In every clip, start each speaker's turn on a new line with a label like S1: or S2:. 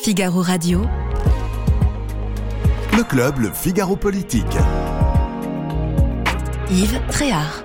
S1: Figaro Radio.
S2: Le club, le Figaro Politique.
S1: Yves Tréhard.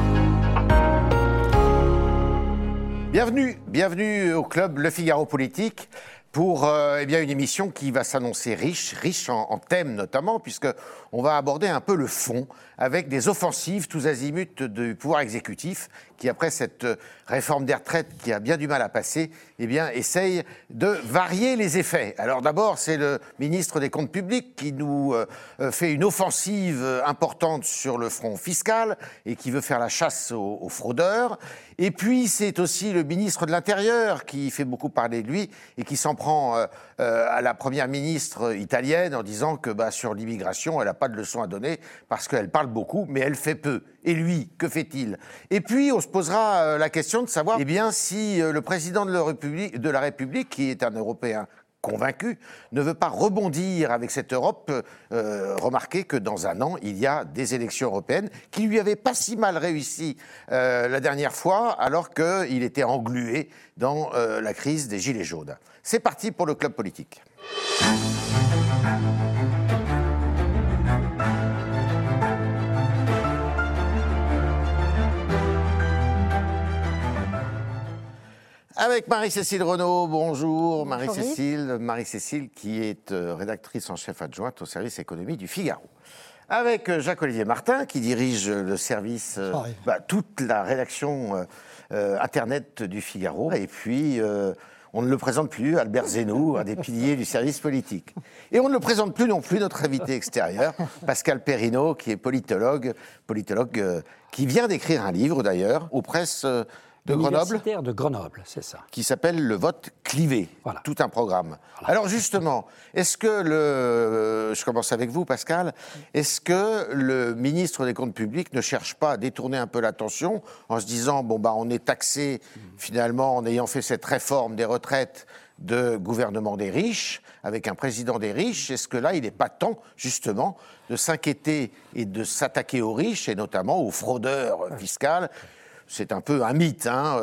S3: Bienvenue au club Le Figaro Politique pour une émission qui va s'annoncer riche en thèmes notamment, puisqu'on va aborder un peu le fond avec des offensives tous azimuts du pouvoir exécutif qui, après cette réforme des retraites qui a bien du mal à passer, essaye de varier les effets. Alors d'abord, c'est le ministre des Comptes publics qui nous fait une offensive importante sur le front fiscal et qui veut faire la chasse aux fraudeurs. Et puis, c'est aussi le ministre de l'Intérieur qui fait beaucoup parler de lui et qui s'en prend à la première ministre italienne en disant que sur l'immigration, elle n'a pas de leçon à donner parce qu'elle parle beaucoup, mais elle fait peu. Et lui, que fait-il ? Et puis, on se posera la question de savoir si le président de la République, qui est un Européen convaincu, ne veut pas rebondir avec cette Europe. Remarquez que dans un an, il y a des élections européennes qui lui avaient pas si mal réussi la dernière fois, alors qu'il était englué dans la crise des Gilets jaunes. C'est parti pour le club politique. Avec Marie-Cécile Renaud, bonjour. Marie-Cécile qui est rédactrice en chef adjointe au service économie du Figaro. Avec Jacques-Olivier Martin qui dirige le service, toute la rédaction internet du Figaro. Et puis, on ne le présente plus, Albert Zenou, un des piliers du service politique. Et on ne le présente plus non plus, notre invité extérieur, Pascal Perrineau, qui est politologue qui vient d'écrire un livre d'ailleurs, aux presses de Grenoble.
S4: Universitaire de Grenoble, c'est ça.
S3: Qui s'appelle Le vote clivé. Voilà. Tout un programme. Voilà. Alors justement, est-ce que je commence avec vous, Pascal, est-ce que le ministre des Comptes publics ne cherche pas à détourner un peu l'attention en se disant, on est taxé finalement en ayant fait cette réforme des retraites de gouvernement des riches, avec un président des riches, est-ce que là, il n'est pas temps, justement, de s'inquiéter et de s'attaquer aux riches, et notamment aux fraudeurs fiscaux ? C'est un peu un mythe,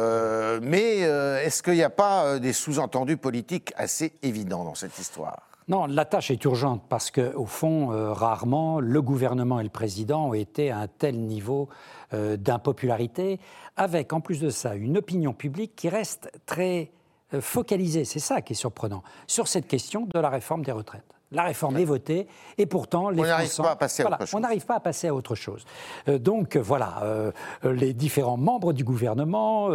S3: mais est-ce qu'il n'y a pas des sous-entendus politiques assez évidents dans cette histoire ?
S4: Non, la tâche est urgente parce qu'au fond, rarement, le gouvernement et le président ont été à un tel niveau d'impopularité, avec en plus de ça une opinion publique qui reste très focalisée, c'est ça qui est surprenant, sur cette question de la réforme des retraites. La réforme est votée et pourtant les Français... On n'arrive pas à passer à autre chose. Donc les différents membres du gouvernement,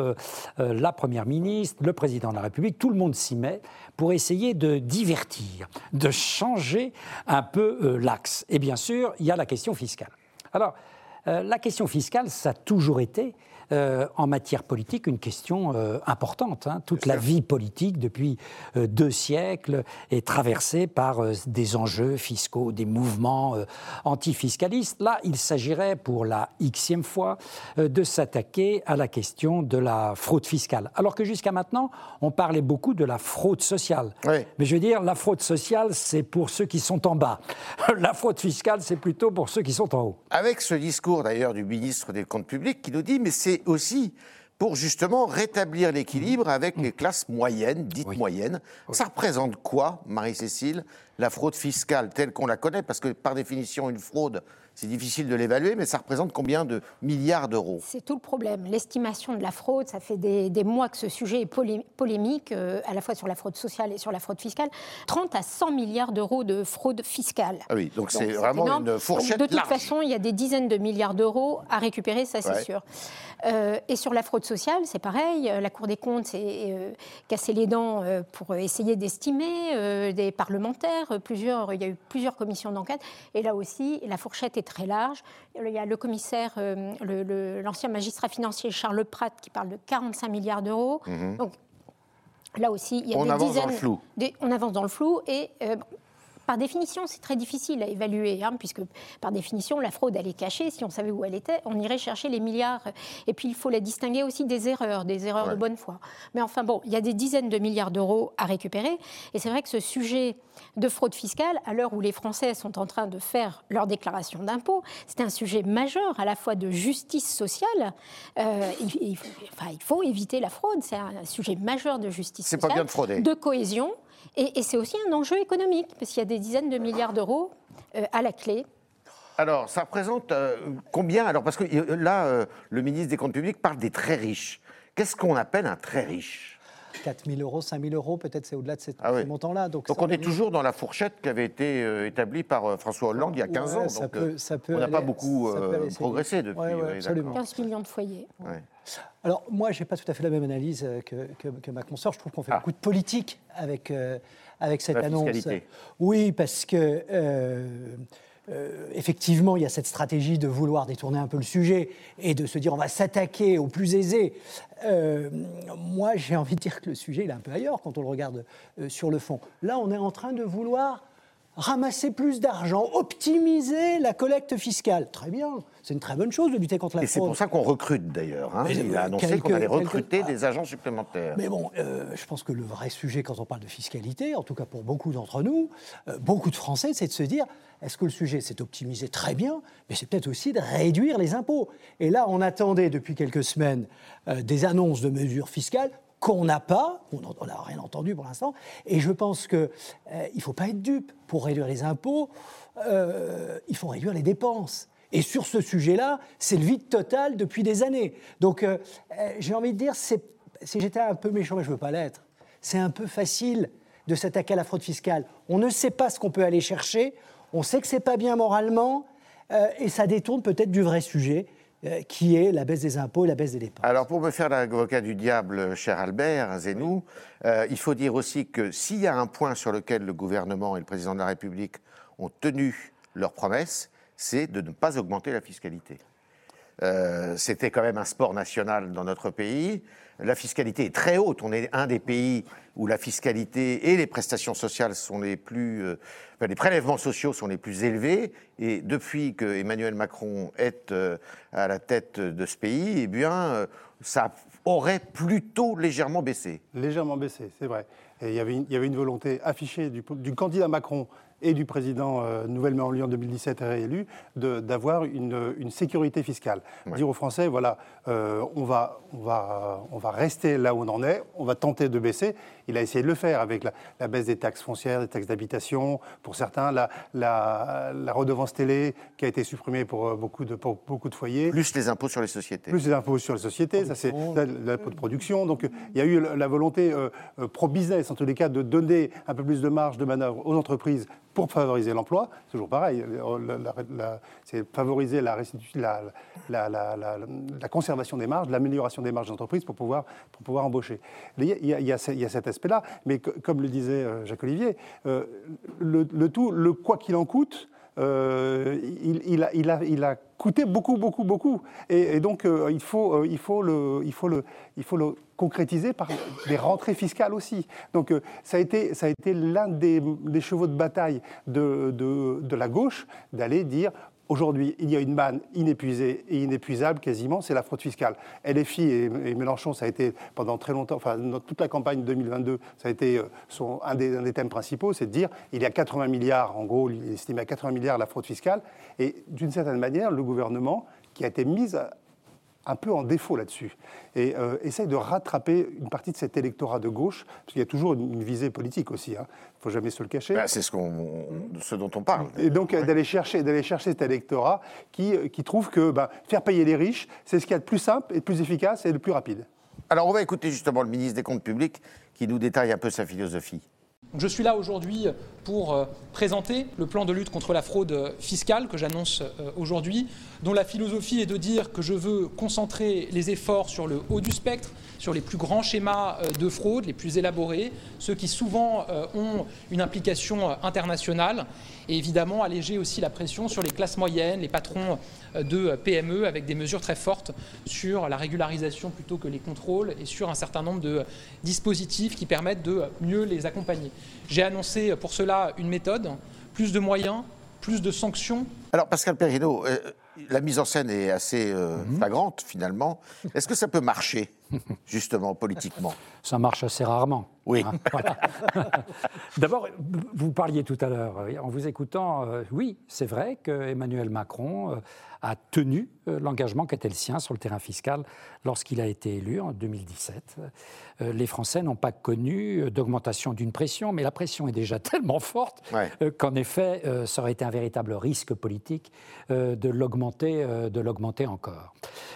S4: la Première ministre, le Président de la République, tout le monde s'y met pour essayer de divertir, de changer un peu l'axe. Et bien sûr, il y a la question fiscale. Alors, la question fiscale, ça a toujours été... en matière politique, une question importante. Toute la vie politique, depuis 2 siècles, est traversée par des enjeux fiscaux, des mouvements antifiscalistes. Là, il s'agirait, pour la xème fois, de s'attaquer à la question de la fraude fiscale. Alors que jusqu'à maintenant, on parlait beaucoup de la fraude sociale. Oui. Mais je veux dire, la fraude sociale, c'est pour ceux qui sont en bas. La fraude fiscale, c'est plutôt pour ceux qui sont en haut.
S3: Avec ce discours, d'ailleurs, du ministre des Comptes publics, qui nous dit, mais c'est aussi pour justement rétablir l'équilibre avec les classes moyennes, dites moyennes. Oui. Ça représente quoi, Marie-Cécile, la fraude fiscale telle qu'on la connaît ? Parce que par définition, une fraude, c'est difficile de l'évaluer, mais ça représente combien de milliards d'euros ?
S5: C'est tout le problème. L'estimation de la fraude, ça fait des mois que ce sujet est polémique, à la fois sur la fraude sociale et sur la fraude fiscale. 30 à 100 milliards d'euros de fraude fiscale.
S3: Ah oui, donc c'est vraiment énorme. Une fourchette large.
S5: De toute façon, il y a des dizaines de milliards d'euros à récupérer, ça c'est sûr. Et sur la fraude sociale, c'est pareil. La Cour des comptes s'est cassé les dents pour essayer d'estimer des parlementaires. Il y a eu plusieurs commissions d'enquête. Et là aussi, la fourchette est très large. Il y a le commissaire, l'ancien magistrat financier Charles Pratt qui parle de 45 milliards d'euros. Mmh. Donc là aussi, il y a
S3: on avance dans le flou.
S5: On avance dans le flou et... par définition, c'est très difficile à évaluer, puisque par définition, la fraude, elle est cachée. Si on savait où elle était, on irait chercher les milliards. Et puis, il faut la distinguer aussi des erreurs de bonne foi. Mais enfin, il y a des dizaines de milliards d'euros à récupérer. Et c'est vrai que ce sujet de fraude fiscale, à l'heure où les Français sont en train de faire leur déclaration d'impôt, c'est un sujet majeur, à la fois de justice sociale. Il faut éviter la fraude. C'est un sujet majeur de justice sociale.
S3: C'est pas bien de frauder.
S5: De cohésion. Et c'est aussi un enjeu économique, parce qu'il y a des dizaines de milliards d'euros à la clé.
S3: Alors, ça représente combien? Alors, parce que là, le ministre des Comptes publics parle des très riches. Qu'est-ce qu'on appelle un très riche?
S1: 4 000 euros, 5 000 euros, peut-être c'est au-delà de ces montants-là. Donc
S3: on est toujours dans la fourchette qui avait été établie par François Hollande il y a 15 ans.
S1: Ça
S3: donc
S1: peut
S3: on n'a pas beaucoup progressé depuis.
S1: Absolument.
S5: 15 millions de foyers.
S3: Ouais.
S1: Alors, moi, je n'ai pas tout à fait la même analyse que ma consoeur. Je trouve qu'on fait beaucoup de politique avec cette annonce.
S3: Fiscalité.
S1: Oui, parce que... effectivement, il y a cette stratégie de vouloir détourner un peu le sujet et de se dire on va s'attaquer aux plus aisés. Moi, j'ai envie de dire que le sujet il est un peu ailleurs quand on le regarde sur le fond. Là, on est en train de vouloir ramasser plus d'argent, optimiser la collecte fiscale. Très bien, c'est une très bonne chose de lutter contre la fraude.
S3: Et c'est pour ça qu'on recrute d'ailleurs. Il a annoncé qu'on allait recruter des agents supplémentaires.
S1: Mais bon, je pense que le vrai sujet quand on parle de fiscalité, en tout cas pour beaucoup d'entre nous, beaucoup de Français, c'est de se dire est-ce que le sujet c'est optimiser très bien, mais c'est peut-être aussi de réduire les impôts. Et là, on attendait depuis quelques semaines des annonces de mesures fiscales qu'on n'a pas, on n'a rien entendu pour l'instant, et je pense qu'il ne faut pas être dupe. Pour réduire les impôts, il faut réduire les dépenses. Et sur ce sujet-là, c'est le vide total depuis des années. Donc, j'ai envie de dire, si j'étais un peu méchant, mais je ne veux pas l'être, c'est un peu facile de s'attaquer à la fraude fiscale. On ne sait pas ce qu'on peut aller chercher, on sait que ce n'est pas bien moralement, et ça détourne peut-être du vrai sujet, qui est la baisse des impôts et la baisse des dépenses.
S3: Alors, pour me faire l'avocat du diable, cher Albert Zenou, il faut dire aussi que s'il y a un point sur lequel le gouvernement et le président de la République ont tenu leurs promesses, c'est de ne pas augmenter la fiscalité. C'était quand même un sport national dans notre pays. La fiscalité est très haute. On est un des pays où la fiscalité et les prestations sociales sont les plus... les prélèvements sociaux sont les plus élevés. Et depuis que Emmanuel Macron est à la tête de ce pays, eh bien, ça aurait plutôt légèrement baissé.
S6: Légèrement baissé, c'est vrai. Et il y avait une volonté affichée du candidat Macron et du président nouvellement élu en 2017 et réélu, d'avoir une sécurité fiscale. Ouais. Dire aux Français, voilà, on va rester là où on en est, on va tenter de baisser. Il a essayé de le faire avec la baisse des taxes foncières, des taxes d'habitation, pour certains, la redevance télé qui a été supprimée pour beaucoup de foyers.
S3: Plus les impôts sur les sociétés.
S6: Plus les impôts sur les sociétés, ça c'est l'impôt de production. Donc il y a eu la volonté pro-business, en tous les cas, de donner un peu plus de marge de manœuvre aux entreprises pour favoriser l'emploi. C'est toujours pareil, c'est favoriser la conservation des marges, l'amélioration des marges d'entreprise pour pouvoir embaucher. Il y a cet aspect-là, mais comme le disait Jacques-Olivier, le quoi qu'il en coûte, il a coûté beaucoup. Et donc, il faut le concrétiser par des rentrées fiscales aussi. Donc, ça a été l'un des chevaux de bataille de la gauche d'aller dire... Aujourd'hui, il y a une manne inépuisée et inépuisable quasiment, c'est la fraude fiscale. LFI et Mélenchon, ça a été pendant très longtemps, enfin dans toute la campagne 2022, ça a été un des thèmes principaux, c'est de dire il y a 80 milliards, en gros, il estime à 80 milliards la fraude fiscale. Et d'une certaine manière, le gouvernement, qui a été mis un peu en défaut là-dessus, et essaye de rattraper une partie de cet électorat de gauche, parce qu'il y a toujours une visée politique aussi, hein. Il ne faut jamais se le cacher.
S3: C'est ce dont on parle.
S6: Et donc d'aller chercher cet électorat qui trouve que faire payer les riches, c'est ce qu'il y a de plus simple et de plus efficace et de plus rapide.
S3: Alors on va écouter justement le ministre des Comptes publics qui nous détaille un peu sa philosophie.
S7: Je suis là aujourd'hui pour présenter le plan de lutte contre la fraude fiscale que j'annonce aujourd'hui, dont la philosophie est de dire que je veux concentrer les efforts sur le haut du spectre, sur les plus grands schémas de fraude, les plus élaborés, ceux qui souvent ont une implication internationale, et évidemment alléger aussi la pression sur les classes moyennes, les patrons de PME, avec des mesures très fortes sur la régularisation plutôt que les contrôles et sur un certain nombre de dispositifs qui permettent de mieux les accompagner. J'ai annoncé pour cela une méthode, plus de moyens, plus de sanctions.
S3: Alors Pascal Perrineau, la mise en scène est assez flagrante finalement. Est-ce que ça peut marcher justement politiquement ?
S4: Ça marche assez rarement.
S3: Oui.
S4: Hein, voilà. D'abord, vous parliez tout à l'heure, en vous écoutant, oui, c'est vrai qu'Emmanuel Macron a tenu l'engagement qu'était le sien sur le terrain fiscal lorsqu'il a été élu en 2017. Les Français n'ont pas connu d'augmentation d'une pression, mais la pression est déjà tellement forte qu'en effet, ça aurait été un véritable risque politique de l'augmenter encore.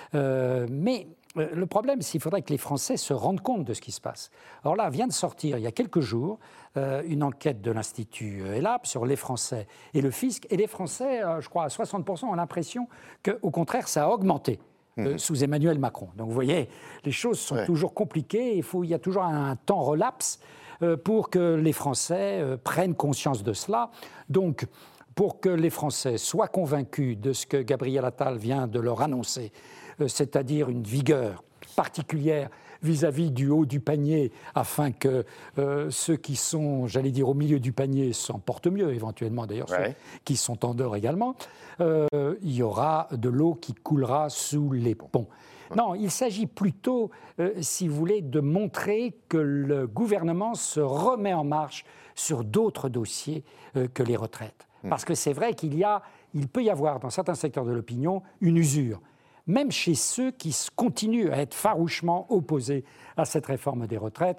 S4: Mais le problème, c'est qu'il faudrait que les Français se rendent compte de ce qui se passe. Alors là, vient de sortir, il y a quelques jours, une enquête de l'Institut ELAB sur les Français et le fisc. Et les Français, je crois, à 60%, ont l'impression qu'au contraire, ça a augmenté sous Emmanuel Macron. Donc vous voyez, les choses sont toujours compliquées. Il y a toujours un temps relapse pour que les Français prennent conscience de cela. Donc, pour que les Français soient convaincus de ce que Gabriel Attal vient de leur annoncer, c'est-à-dire une vigueur particulière vis-à-vis du haut du panier, afin que ceux qui sont, j'allais dire, au milieu du panier s'en portent mieux, éventuellement d'ailleurs ceux qui sont en dehors également, il y aura de l'eau qui coulera sous les ponts. Non, il s'agit plutôt, si vous voulez, de montrer que le gouvernement se remet en marche sur d'autres dossiers que les retraites. Parce que c'est vrai qu'il peut y avoir dans certains secteurs de l'opinion une usure, même chez ceux qui continuent à être farouchement opposés à cette réforme des retraites.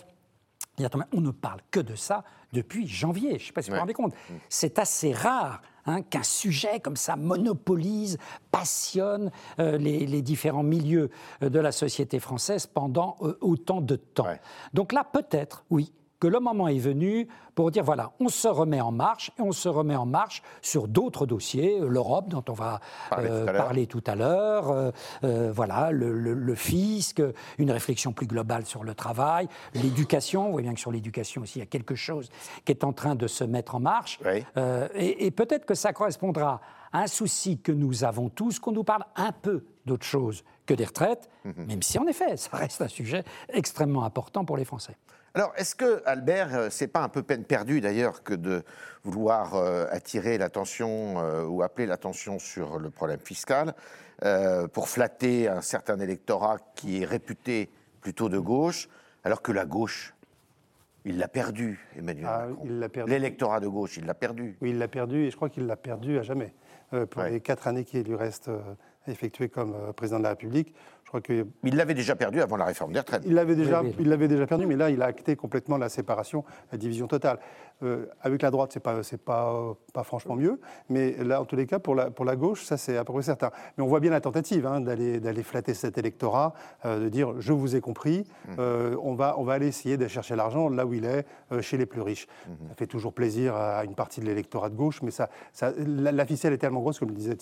S4: On ne parle que de ça depuis janvier, je ne sais pas si vous vous rendez compte. C'est assez rare qu'un sujet comme ça monopolise, passionne les différents milieux de la société française pendant autant de temps. Donc là, peut-être, oui, que le moment est venu pour dire, voilà, on se remet en marche, et on se remet en marche sur d'autres dossiers, l'Europe, dont on va parler tout à l'heure, voilà, le fisc, une réflexion plus globale sur le travail, l'éducation, vous voyez bien que sur l'éducation aussi, il y a quelque chose qui est en train de se mettre en marche, et peut-être que ça correspondra à un souci que nous avons tous, qu'on nous parle un peu d'autre chose que des retraites, même si en effet, ça reste un sujet extrêmement important pour les Français.
S3: Alors, est-ce que, Albert, c'est pas un peu peine perdue d'ailleurs que de vouloir attirer l'attention ou appeler l'attention sur le problème fiscal pour flatter un certain électorat qui est réputé plutôt de gauche, alors que la gauche, il l'a perdu, Emmanuel Macron.
S6: Il l'a perdu.
S3: L'électorat de gauche, il l'a perdu.
S6: Oui, il l'a perdu, et je crois qu'il l'a perdu à jamais. Pour les 4 années qui lui restent à effectuer comme président de la République, je crois que...
S3: Il l'avait déjà perdu avant la réforme des retraites.
S6: Il l'avait déjà perdu, mais là, il a acté complètement la séparation, la division totale. Avec la droite, c'est pas franchement mieux, mais là, en tous les cas, pour la gauche, ça, c'est à peu près certain. Mais on voit bien la tentative d'aller flatter cet électorat, de dire « je vous ai compris, on va aller essayer de chercher l'argent là où il est, chez les plus riches ». Ça fait toujours plaisir à une partie de l'électorat de gauche, mais la ficelle est tellement grosse, comme le disait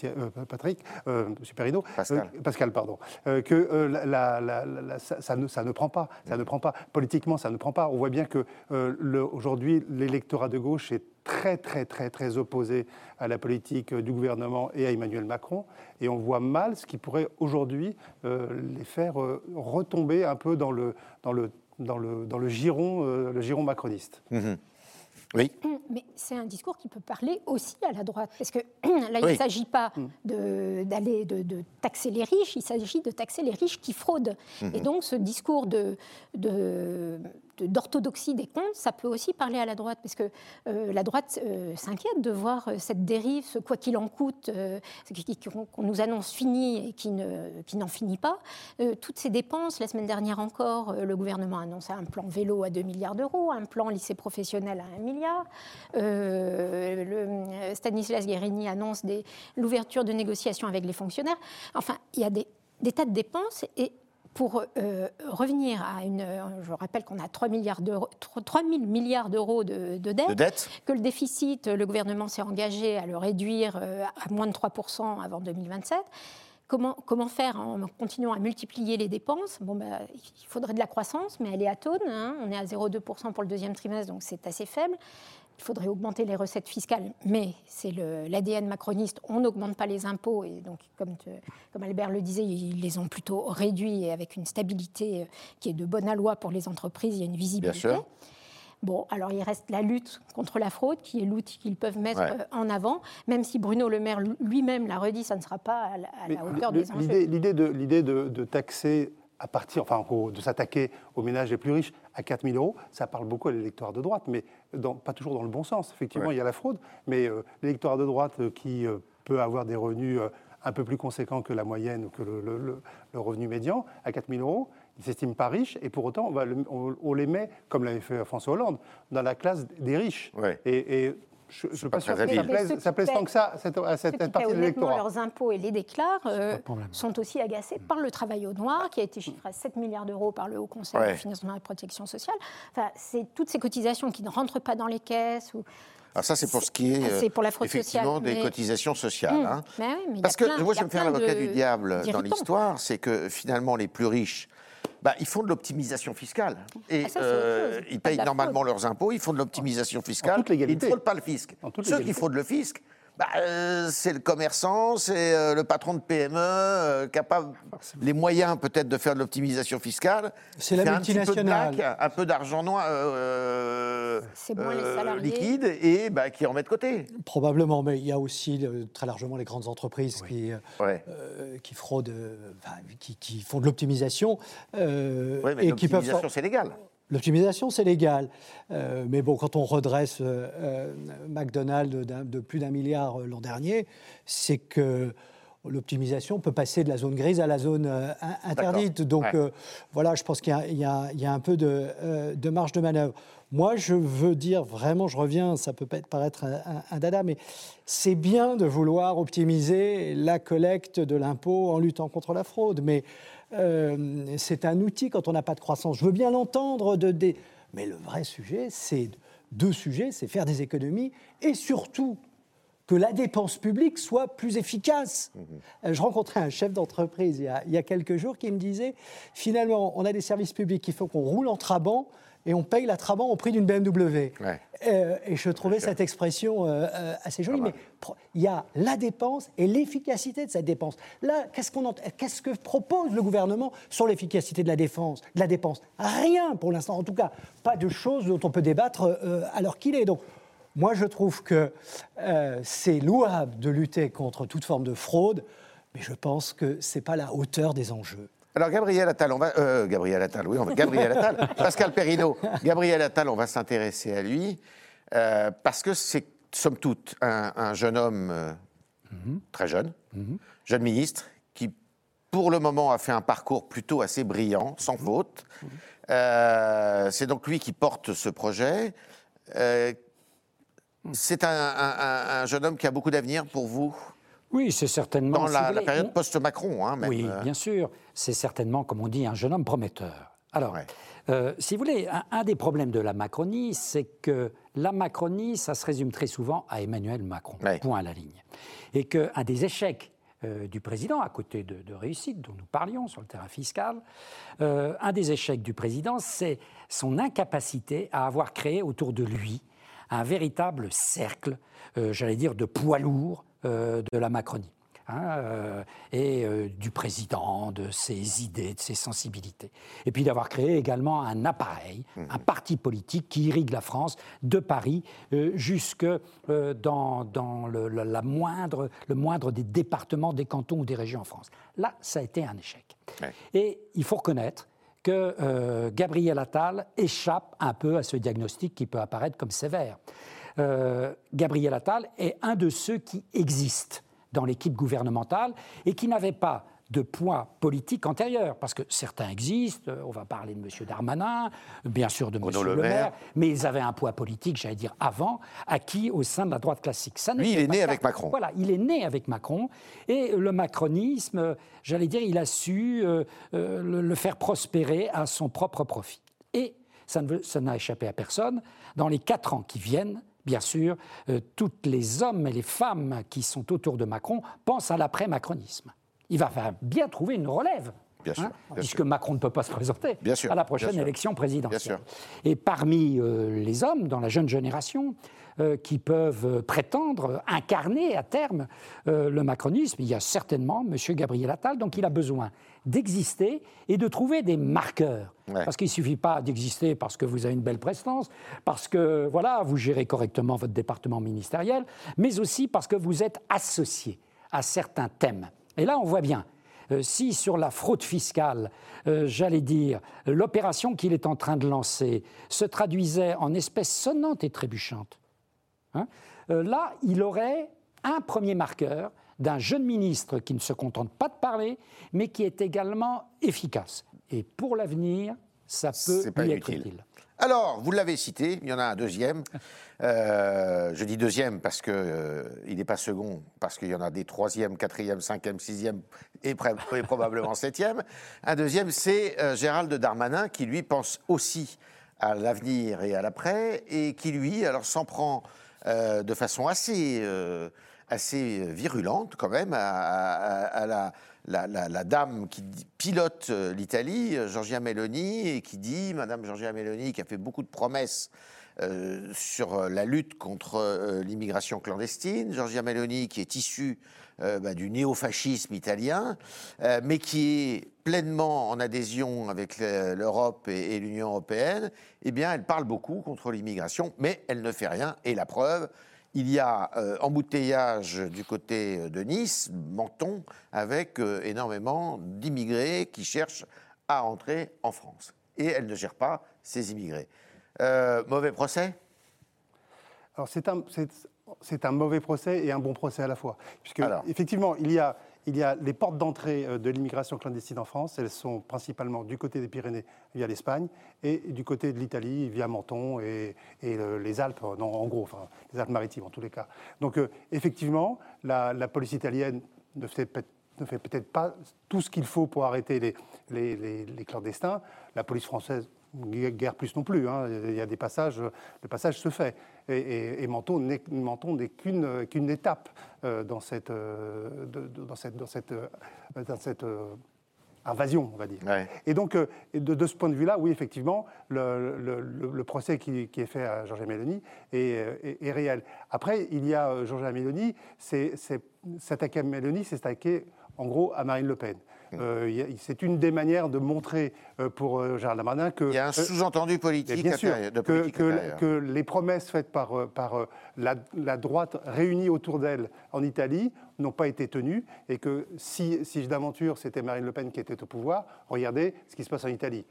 S6: M. Perrineau, Pascal, pardon, que ça ne prend pas. Ça ne prend pas. Politiquement, ça ne prend pas. On voit bien que aujourd'hui, l'électorat de gauche est très, très, très, très opposé à la politique du gouvernement et à Emmanuel Macron. Et on voit mal ce qui pourrait aujourd'hui les faire retomber un peu dans le giron macroniste.
S3: Oui.
S5: Mais c'est un discours qui peut parler aussi à la droite. Parce que là, il ne s'agit pas de taxer les riches, il s'agit de taxer les riches qui fraudent. Et donc, ce discours d'orthodoxie des comptes, ça peut aussi parler à la droite. Parce que la droite s'inquiète de voir cette dérive, ce quoi qu'il en coûte, qu'on nous annonce fini et qui n'en finit pas. Toutes ces dépenses, la semaine dernière encore, le gouvernement a annoncé un plan vélo à 2 milliards d'euros, un plan lycée professionnel à 1 milliard. Stanislas Guérini annonce l'ouverture de négociations avec les fonctionnaires. Enfin, il y a des tas de dépenses. Et pour revenir à je rappelle qu'on a 3 000 milliards d'euros de dette, que le déficit, le gouvernement s'est engagé à le réduire à moins de 3% avant 2027. Comment faire en continuant à multiplier les dépenses ? Il faudrait de la croissance, mais elle est atone. On est à 0,2% pour le deuxième trimestre, donc c'est assez faible. Il faudrait augmenter les recettes fiscales, mais c'est l'ADN macroniste. On n'augmente pas les impôts, et donc, comme Albert le disait, ils les ont plutôt réduits, et avec une stabilité qui est de bon aloi pour les entreprises, il y a une visibilité.
S3: Bien sûr.
S5: Bon, alors il reste la lutte contre la fraude, qui est l'outil qu'ils peuvent mettre en avant, même si Bruno Le Maire lui-même l'a redit, ça ne sera pas à la hauteur des enjeux.
S6: L'idée de taxer de s'attaquer aux ménages les plus riches à 4 000 €, ça parle beaucoup à l'électorat de droite, mais pas toujours dans le bon sens. Effectivement, il y a la fraude, mais l'électorat de droite qui peut avoir des revenus un peu plus conséquents que la moyenne ou que le revenu médian, à 4 000 €, ils ne s'estiment pas riches, et pour autant, on les met, comme l'avait fait François Hollande, dans la classe des riches.
S3: Ouais.
S6: Et je ne suis pas sûr que
S3: habile.
S6: ça plaise tant que ça à cette partie de l'électorat.
S5: Leurs impôts et les déclarent sont aussi agacés par le travail au noir, qui a été chiffré à 7 milliards d'euros par le Haut Conseil du financement et de la protection sociale. Enfin, c'est toutes ces cotisations qui ne rentrent pas dans les caisses.
S3: Alors ça, c'est pour ce qui est
S5: pour la fraude
S3: effectivement
S5: sociale,
S3: des cotisations sociales. Hein.
S5: Mais
S3: Parce que moi, j'aime faire l'avocat du diable dans l'histoire, c'est que finalement, les plus riches, ils font de l'optimisation fiscale. Et ils payent normalement leurs impôts, ils font de l'optimisation fiscale, ils ne fraudent pas le fisc. Ceux qui fraudent le fisc, c'est le commerçant, c'est le patron de PME qui n'a pas les moyens peut-être de faire de l'optimisation fiscale.
S1: C'est la multinationale.
S3: Un petit peu de blague, un peu d'argent noir liquide et qui en met de côté.
S1: Probablement, mais il y a aussi très largement les grandes entreprises qui fraudent, qui font de l'optimisation.
S3: Oui, mais l'optimisation, c'est légal.
S1: L'optimisation, c'est légal. Mais bon, quand on redresse McDonald's de plus d'1 milliard l'an dernier, c'est que l'optimisation peut passer de la zone grise à la zone interdite. Donc voilà, je pense qu'il y a un peu de marge de manœuvre. Moi, je veux dire, vraiment, je reviens, ça peut paraître un dada, mais c'est bien de vouloir optimiser la collecte de l'impôt en luttant contre la fraude. Mais c'est un outil quand on n'a pas de croissance. Je veux bien l'entendre, mais le vrai sujet, c'est deux sujets, c'est faire des économies et surtout que la dépense publique soit plus efficace. Je rencontrais un chef d'entreprise il y a quelques jours qui me disait, finalement, on a des services publics, il faut qu'on roule en Trabant et on paye la Trabant au prix d'une BMW. Et je trouvais cette expression assez jolie, mais il y a la dépense et l'efficacité de cette dépense. Là, qu'est-ce que propose le gouvernement sur l'efficacité de la dépense? Rien pour l'instant, en tout cas, pas de choses dont on peut débattre à l'heure qu'il est. Donc, moi, je trouve que c'est louable de lutter contre toute forme de fraude, mais je pense que ce n'est pas la hauteur des enjeux.
S3: Alors, Gabriel Attal, Pascal Perrineau, Gabriel Attal, on va s'intéresser à lui, parce que c'est, somme toute, un jeune homme très jeune, jeune ministre, qui, pour le moment, a fait un parcours plutôt assez brillant, sans faute. C'est donc lui qui porte ce projet. C'est un jeune homme qui a beaucoup d'avenir pour vous?
S4: Oui, c'est certainement...
S3: Dans la période post-Macron, même.
S4: Oui, bien sûr. C'est certainement, comme on dit, un jeune homme prometteur. Alors, si vous voulez, un des problèmes de la Macronie, c'est que la Macronie, ça se résume très souvent à Emmanuel Macron, point à la ligne. Et qu'un des échecs du président, à côté de réussites dont nous parlions sur le terrain fiscal, un des échecs du président, c'est son incapacité à avoir créé autour de lui un véritable cercle, j'allais dire, de poids lourds de la Macronie, du président, de ses idées, de ses sensibilités. Et puis d'avoir créé également un appareil, un parti politique qui irrigue la France de Paris jusque dans le moindre des départements, des cantons ou des régions en France. Là, ça a été un échec. Et il faut reconnaître que Gabriel Attal échappe un peu à ce diagnostic qui peut apparaître comme sévère. Gabriel Attal est un de ceux qui existent dans l'équipe gouvernementale et qui n'avaient pas de poids politique antérieur, parce que certains existent, on va parler de M. Darmanin, bien sûr de M. Le Maire, mais ils avaient un poids politique, j'allais dire, avant, acquis au sein de la droite classique.
S3: Lui, il est né avec Macron.
S4: Voilà, il est né avec Macron, et le macronisme, j'allais dire, il a su le faire prospérer à son propre profit. Et ça n'a échappé à personne, dans les 4 ans qui viennent, bien sûr, tous les hommes et les femmes qui sont autour de Macron pensent à l'après-macronisme. Il va bien trouver une relève, puisque Macron ne peut pas se présenter à la prochaine élection présidentielle. Et parmi les hommes, dans la jeune génération, qui peuvent prétendre incarner à terme le macronisme, il y a certainement M. Gabriel Attal, donc il a besoin d'exister et de trouver des marqueurs. Parce qu'il ne suffit pas d'exister parce que vous avez une belle prestance, parce que voilà, vous gérez correctement votre département ministériel, mais aussi parce que vous êtes associé à certains thèmes. Et là, on voit bien, si sur la fraude fiscale, j'allais dire, l'opération qu'il est en train de lancer se traduisait en espèces sonnantes et trébuchantes, hein, là, il aurait un premier marqueur d'un jeune ministre qui ne se contente pas de parler, mais qui est également efficace. Et pour l'avenir, ça peut lui être utile.
S3: Alors, vous l'avez cité, il y en a un deuxième. Je dis deuxième parce qu'il n'est pas second, parce qu'il y en a des troisième, quatrième, cinquième, sixième et probablement septième. Un deuxième, c'est Gérald Darmanin, qui lui pense aussi à l'avenir et à l'après, et qui lui, alors s'en prend de façon assez virulente quand même à la dame qui pilote l'Italie, Giorgia Meloni, et qui dit, Madame Giorgia Meloni, qui a fait beaucoup de promesses sur la lutte contre l'immigration clandestine, Giorgia Meloni qui est issue du néofascisme italien, mais qui est pleinement en adhésion avec l'Europe et l'Union européenne, eh bien, elle parle beaucoup contre l'immigration, mais elle ne fait rien, et la preuve, il y a embouteillage du côté de Nice, Menton, avec énormément d'immigrés qui cherchent à entrer en France. Et elle ne gère pas ces immigrés. Mauvais procès ?
S6: Alors c'est un mauvais procès et un bon procès à la fois. Puisque, effectivement, il y a les portes d'entrée de l'immigration clandestine en France. Elles sont principalement du côté des Pyrénées via l'Espagne et du côté de l'Italie via Menton et les Alpes, en gros, enfin les Alpes-Maritimes en tous les cas. Donc effectivement, la police italienne ne fait peut-être pas tout ce qu'il faut pour arrêter les clandestins. La police française, guère plus non plus. Hein. Il y a des passages, le passage se fait. Et Menton n'est qu'une étape dans cette invasion, on va dire. Ouais. Et donc, de ce point de vue-là, oui, effectivement, le procès qui est fait à Giorgia Meloni est réel. Après, il y a Giorgia Meloni, s'attaquer à Meloni, c'est s'attaquer, en gros, à Marine Le Pen. C'est une des manières de montrer pour Gérald Darmanin que...
S3: Il y a un sous-entendu politique
S6: bien sûr, que les promesses faites par la droite réunie autour d'elle en Italie n'ont pas été tenues et que si d'aventure c'était Marine Le Pen qui était au pouvoir, regardez ce qui se passe en Italie.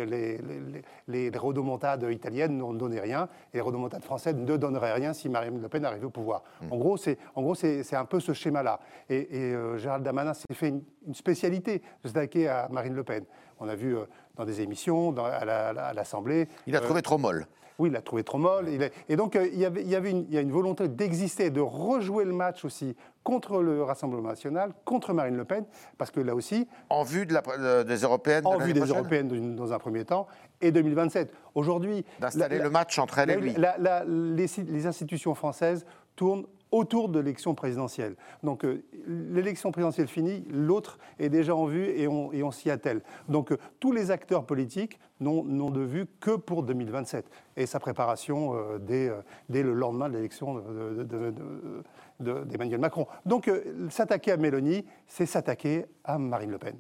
S6: Les rodomontades italiennes n'ont donné rien et les rodomontades françaises ne donneraient rien si Marine Le Pen arrivait au pouvoir. En gros, c'est un peu ce schéma-là. Et Gérald Darmanin s'est fait une spécialité de s'attaquer à Marine Le Pen. On a vu dans des émissions, à l'Assemblée...
S3: Il a trouvé trop molle.
S6: Oui, il l'a trouvé trop molle. Et donc, il y a une volonté d'exister, de rejouer le match aussi contre le Rassemblement national, contre Marine Le Pen, parce que là aussi...
S3: En vue des européennes
S6: En vue des européennes dans un premier temps, et 2027. Aujourd'hui...
S3: D'installer le match entre elle et lui.
S6: Les institutions françaises tournent autour de l'élection présidentielle. Donc l'élection présidentielle finie, l'autre est déjà en vue et on s'y attelle. Donc tous les acteurs politiques n'ont de vue que pour 2027 et sa préparation dès le lendemain de l'élection d'Emmanuel Macron. Donc s'attaquer à Meloni, c'est s'attaquer à Marine Le Pen.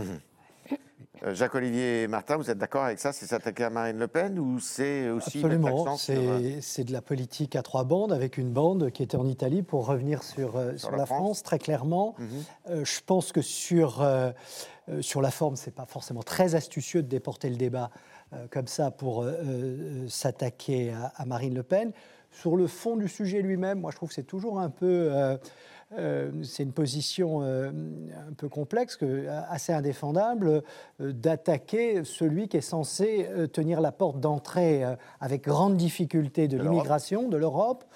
S3: Jacques-Olivier Martin, vous êtes d'accord avec ça? C'est s'attaquer à Marine Le Pen ou c'est aussi...
S1: Absolument, c'est de la politique à trois bandes, avec une bande qui était en Italie pour revenir sur la France, très clairement. Je pense que sur la forme, ce n'est pas forcément très astucieux de déporter le débat comme ça pour s'attaquer à Marine Le Pen. Sur le fond du sujet lui-même, moi je trouve que c'est toujours un peu... c'est une position un peu complexe, assez indéfendable, d'attaquer celui qui est censé tenir la porte d'entrée avec grande difficulté de l'immigration de l'Europe.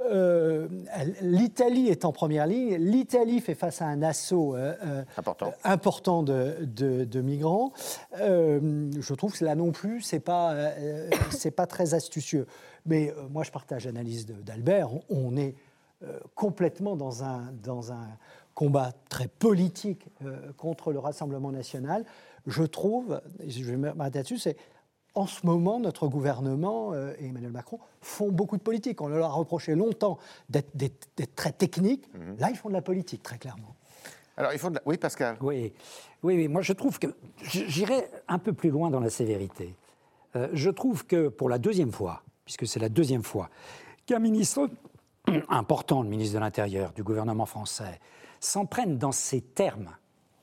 S1: L'Italie est en première ligne. L'Italie fait face à un assaut important de migrants. Je trouve que là non plus, c'est pas très astucieux. Mais moi, je partage l'analyse d'Albert. On est complètement dans un combat très politique contre le Rassemblement national. Je trouve, et je vais m'arrêter là-dessus, c'est en ce moment, notre gouvernement et Emmanuel Macron font beaucoup de politique. On leur a reproché longtemps d'être très techniques. Là, ils font de la politique, très clairement.
S3: Alors, ils font de la... Oui, Pascal.
S4: Oui, moi, je trouve que... J'irai un peu plus loin dans la sévérité. Je trouve que, pour la deuxième fois, puisque c'est la deuxième fois, qu'un ministre important, le ministre de l'Intérieur du gouvernement français, s'en prenne dans ces termes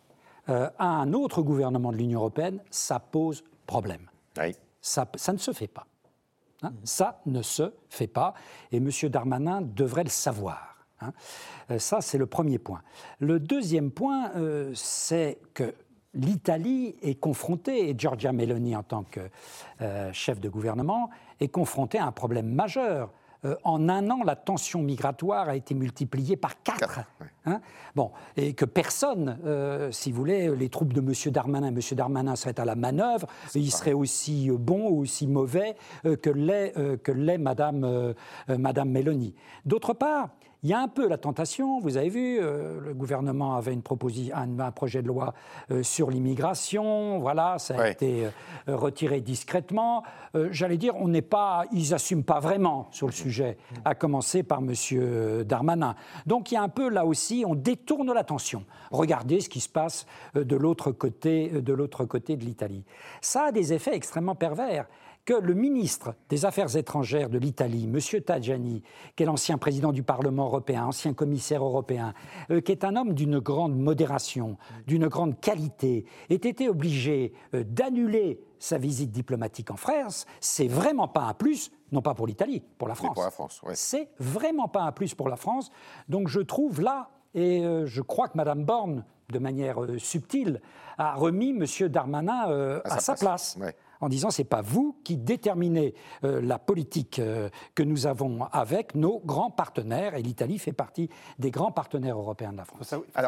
S4: à un autre gouvernement de l'Union européenne, ça pose problème.
S3: Oui.
S4: Ça ne se fait pas. Hein, ça ne se fait pas. Et M. Darmanin devrait le savoir. Hein. Ça, c'est le premier point. Le deuxième point, c'est que l'Italie est confrontée, et Giorgia Meloni, en tant que chef de gouvernement, est confrontée à un problème majeur. En un an, la tension migratoire a été multipliée par 4. Hein, bon, et que personne, si vous voulez, les troupes de M. Darmanin, M. Darmanin serait à la manœuvre, il serait aussi bon ou aussi mauvais que l'est Madame Meloni. D'autre part, il y a un peu la tentation, vous avez vu, le gouvernement avait un projet de loi sur l'immigration, voilà, ça a été retiré discrètement. J'allais dire, ils n'assument pas vraiment sur le sujet, à commencer par M. Darmanin. Donc il y a un peu, là aussi, on détourne l'attention. Regardez ce qui se passe de l'autre côté de l'Italie. Ça a des effets extrêmement pervers. Que le ministre des Affaires étrangères de l'Italie, M. Tajani, qui est l'ancien président du Parlement européen, ancien commissaire européen, qui est un homme d'une grande modération, d'une grande qualité, ait été obligé d'annuler sa visite diplomatique en France, c'est vraiment pas un plus, non pas pour l'Italie, pour la France.
S3: Mais pour la France, oui.
S4: C'est vraiment pas un plus pour la France. Donc je trouve là, et je crois que Mme Borne, de manière subtile, a remis M. Darmanin à sa place. Ouais. En disant c'est pas vous qui déterminez la politique que nous avons avec nos grands partenaires, et l'Italie fait partie des grands partenaires européens de la France.
S3: Alors,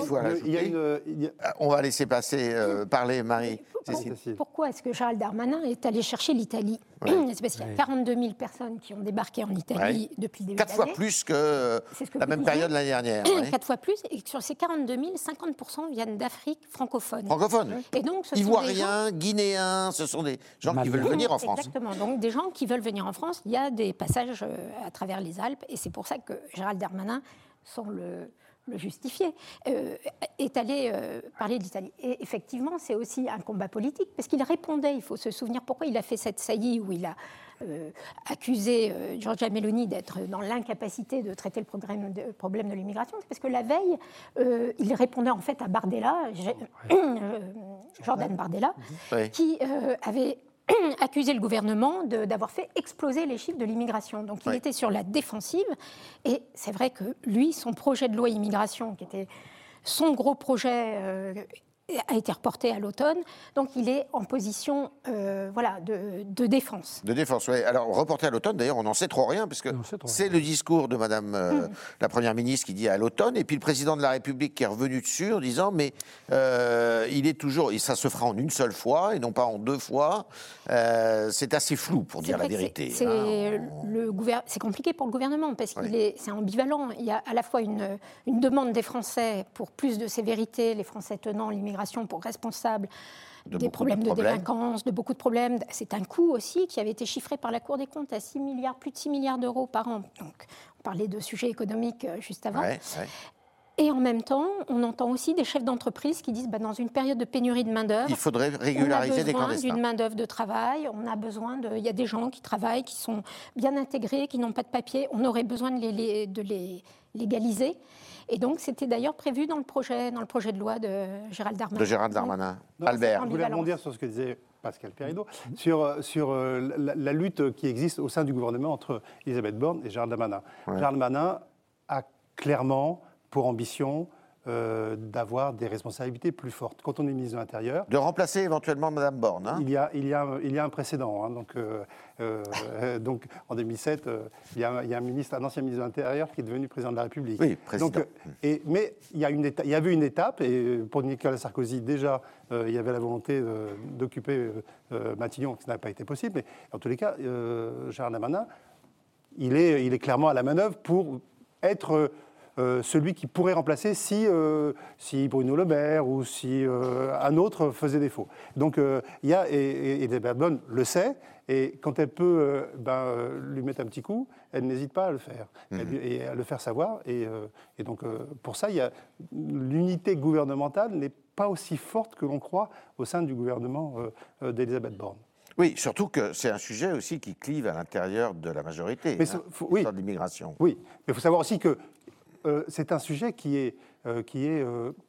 S3: on va laisser passer parler Marie.
S5: Pourquoi est-ce que Gérald Darmanin est allé chercher l'Italie ? C'est parce qu'il y a 42 000 personnes qui ont débarqué en Italie depuis le début de l'année.
S3: 4 fois plus que la même période l'année dernière.
S5: 4 fois plus, et sur ces 42 000, 50% viennent d'Afrique francophone.
S3: Et donc, Ivoiriens, Guinéens, ce sont des gens qui veulent venir en France.
S5: Exactement, donc des gens qui veulent venir en France. Il y a des passages à travers les Alpes, et c'est pour ça que Gérald Darmanin, sans le justifier, est allé parler de l'Italie. Et effectivement, c'est aussi un combat politique, parce qu'il répondait, il faut se souvenir pourquoi il a fait cette saillie où il a accusé Giorgia Meloni d'être dans l'incapacité de traiter le problème de l'immigration. C'est parce que la veille, il répondait en fait à Bardella, Jordan Bardella, qui avait accusé le gouvernement d'avoir fait exploser les chiffres de l'immigration. Donc il était sur la défensive, et c'est vrai que lui, son projet de loi immigration, qui était son gros projet, a été reporté à l'automne, donc il est en position de défense.
S3: De défense, oui. Alors, reporté à l'automne, d'ailleurs, on n'en sait trop rien, parce que c'est le discours de Madame la Première ministre qui dit à l'automne, et puis le président de la République qui est revenu dessus en disant, mais il est toujours, et ça se fera en une seule fois, et non pas en 2 fois. C'est assez flou, pour dire la vérité.
S5: C'est compliqué pour le gouvernement, parce c'est ambivalent. Il y a à la fois une demande des Français pour plus de sévérité, les Français tenant l'immigration pour responsable des problèmes de délinquance, de beaucoup de problèmes. C'est un coût aussi qui avait été chiffré par la Cour des comptes à plus de 6 milliards d'euros par an. Donc, on parlait de sujets économiques juste avant. Et en même temps, on entend aussi des chefs d'entreprise qui disent dans une période de pénurie de main-d'œuvre,
S3: il faudrait régulariser des clandestins.
S5: On a besoin d'une main-d'œuvre de travail, il y a des gens qui travaillent, qui sont bien intégrés, qui n'ont pas de papier, on aurait besoin de les légaliser. Et donc, c'était d'ailleurs prévu dans le projet de loi de Gérald Darmanin.
S3: Albert.
S6: Je voulais rebondir sur ce que disait Pascal Perrineau, sur la lutte qui existe au sein du gouvernement entre Elisabeth Borne et Gérald Darmanin. Gérald Darmanin a clairement pour ambition d'avoir des responsabilités plus fortes. Quand on est ministre de l'Intérieur...
S3: De remplacer éventuellement Mme Borne. Hein.
S6: Il y a un précédent. Hein, donc, en 2007, il y a un ancien ministre de l'Intérieur qui est devenu président de la République.
S3: Oui, président.
S6: Donc, mais il y avait une étape, et pour Nicolas Sarkozy, déjà, il y avait la volonté d'occuper Matignon, ce n'a pas été possible. Mais en tous les cas, Gérald Darmanin, il est clairement à la manœuvre pour être... celui qui pourrait remplacer si Bruno Le Maire ou si un autre faisait défaut. Donc, Elisabeth Borne le sait, et quand elle peut lui mettre un petit coup, elle n'hésite pas à le faire, et à le faire savoir. Et donc, pour ça, l'unité gouvernementale n'est pas aussi forte que l'on croit au sein du gouvernement d'Elisabeth Borne.
S3: Oui, surtout que c'est un sujet aussi qui clive à l'intérieur de la majorité, de l'immigration.
S6: Oui, mais il faut savoir aussi que c'est un sujet qui est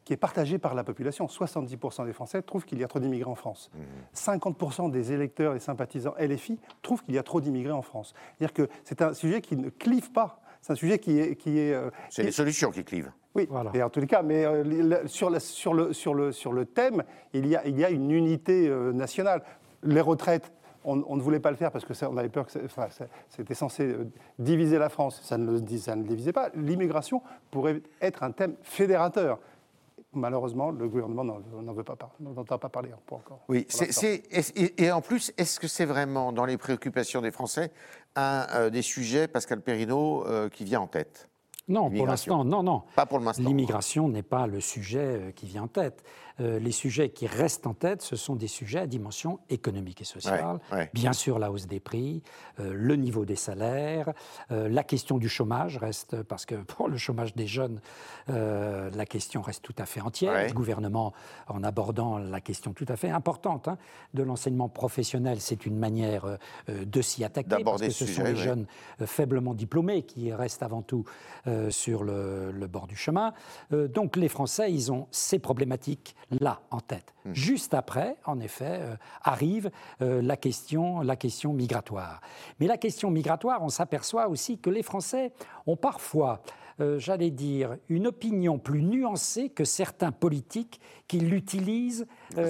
S6: qui est partagé par la population. 70% des Français trouvent qu'il y a trop d'immigrés en France. 50% des électeurs et sympathisants LFI trouvent qu'il y a trop d'immigrés en France. C'est-à-dire que c'est un sujet qui ne clive pas. C'est un sujet qui est
S3: c'est les solutions qui clivent.
S6: Oui,
S4: Voilà.
S6: et en tous les cas, mais sur le thème, il y a une unité nationale. Les retraites, on ne voulait pas le faire parce qu'on avait peur que c'était censé diviser la France. Ça ne le divisait pas. L'immigration pourrait être un thème fédérateur. Malheureusement, le gouvernement n'en entend pas parler pour encore.
S3: Oui, et en plus, est-ce que c'est vraiment dans les préoccupations des Français un des sujets, Pascal Perrineau, qui vient en tête?
S4: Non, pour l'instant, non.
S3: Pas pour l'instant.
S4: L'immigration n'est pas le sujet qui vient en tête. Les sujets qui restent en tête, ce sont des sujets à dimension économique et sociale.
S3: Ouais.
S4: Bien sûr, la hausse des prix, le niveau des salaires, la question du chômage reste, parce que pour le chômage des jeunes, la question reste tout à fait entière.
S3: Ouais.
S4: Le gouvernement, en abordant la question tout à fait importante de l'enseignement professionnel, c'est une manière de s'y attaquer, parce que ce sont les jeunes faiblement diplômés qui restent avant tout sur le bord du chemin. Donc les Français, ils ont ces problématiques là en tête. Juste après, en effet, arrive la question migratoire. Mais la question migratoire, on s'aperçoit aussi que les Français ont parfois, j'allais dire, une opinion plus nuancée que certains politiques qui l'utilisent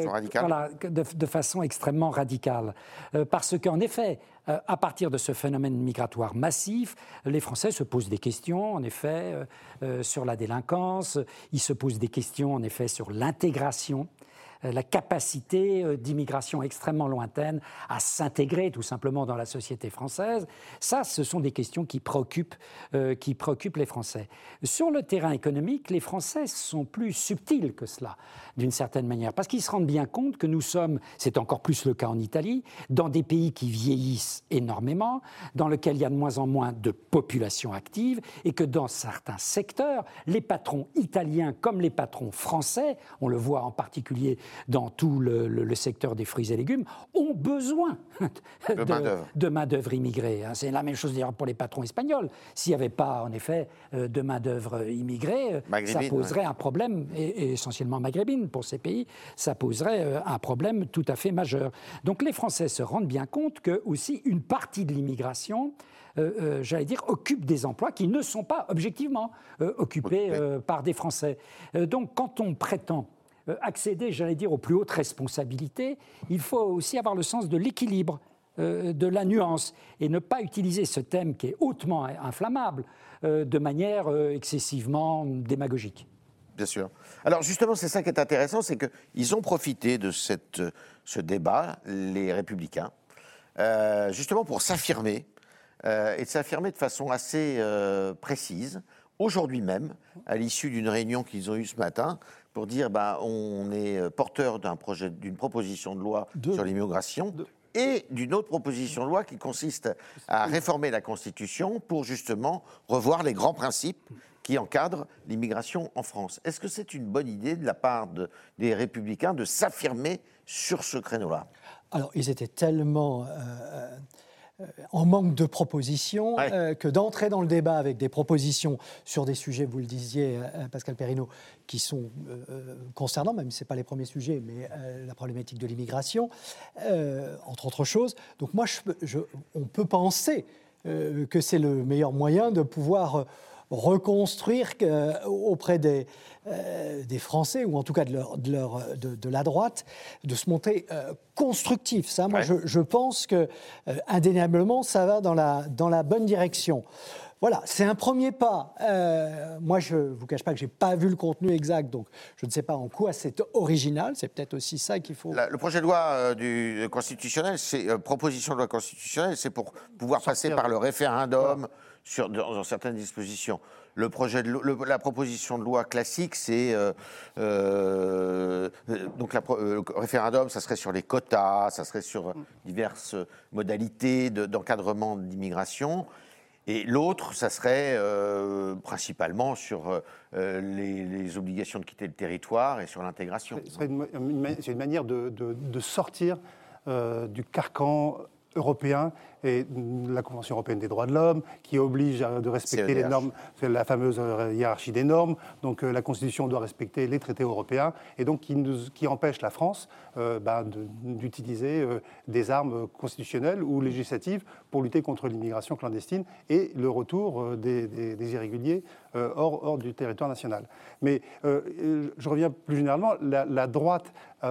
S4: de façon extrêmement radicale. Parce qu'en effet, à partir de ce phénomène migratoire massif, les Français se posent des questions, en effet, sur la délinquance, ils se posent des questions, en effet, sur l'intégration, la capacité d'immigration extrêmement lointaine à s'intégrer tout simplement dans la société française. Ça, ce sont des questions qui préoccupent les Français. Sur le terrain économique, les Français sont plus subtils que cela, d'une certaine manière, parce qu'ils se rendent bien compte que nous sommes, c'est encore plus le cas en Italie, dans des pays qui vieillissent énormément, dans lesquels il y a de moins en moins de population active, et que dans certains secteurs, les patrons italiens comme les patrons français, on le voit en particulier dans tout le secteur des fruits et légumes, ont besoin de main-d'œuvre immigrée. C'est la même chose d'ailleurs pour les patrons espagnols. S'il n'y avait pas, en effet, de main-d'œuvre immigrée, ça poserait un problème, et essentiellement maghrébine pour ces pays, ça poserait un problème tout à fait majeur. Donc les Français se rendent bien compte que aussi une partie de l'immigration, j'allais dire, occupe des emplois qui ne sont pas objectivement occupés par des Français. Donc quand on prétend accéder, j'allais dire, aux plus hautes responsabilités, il faut aussi avoir le sens de l'équilibre, de la nuance, et ne pas utiliser ce thème qui est hautement inflammable de manière excessivement démagogique.
S3: Bien sûr. Alors justement, c'est ça qui est intéressant, c'est qu'ils ont profité de ce débat, les Républicains, justement pour s'affirmer, et de s'affirmer de façon assez précise, aujourd'hui même, à l'issue d'une réunion qu'ils ont eue ce matin, pour dire on est porteur d'une proposition de loi sur l'immigration et d'une autre proposition de loi qui consiste à réformer la Constitution pour justement revoir les grands principes qui encadrent l'immigration en France. Est-ce que c'est une bonne idée de la part des Républicains de s'affirmer sur ce créneau-là?
S1: Alors, ils étaient tellement en manque de propositions que d'entrer dans le débat avec des propositions sur des sujets, vous le disiez, Pascal Perrineau, qui sont concernants, même si ce n'est pas les premiers sujets, mais la problématique de l'immigration, entre autres choses. Donc moi, on peut penser que c'est le meilleur moyen de pouvoir reconstruire auprès des Français, ou en tout cas de la droite, de se montrer constructif. Ça, moi, je pense que indéniablement, ça va dans la bonne direction. Voilà, c'est un premier pas. Moi, je ne vous cache pas que je n'ai pas vu le contenu exact, donc je ne sais pas en quoi c'est original. C'est peut-être aussi ça qu'il faut...
S3: Le projet de loi constitutionnel, proposition de loi constitutionnelle, c'est pour pouvoir passer par le référendum dans certaines dispositions. La proposition de loi classique, c'est... donc le référendum, ça serait sur les quotas, ça serait sur diverses modalités d'encadrement de l'immigration. Et l'autre, ça serait principalement sur les obligations de quitter le territoire et sur l'intégration.
S6: C'est une manière de sortir du carcan européen et la Convention européenne des droits de l'homme qui oblige de respecter les normes, c'est la fameuse hiérarchie des normes. Donc la Constitution doit respecter les traités européens et donc qui empêche la France d'utiliser des armes constitutionnelles ou législatives pour lutter contre l'immigration clandestine et le retour des irréguliers hors du territoire national. Mais je reviens plus généralement, la droite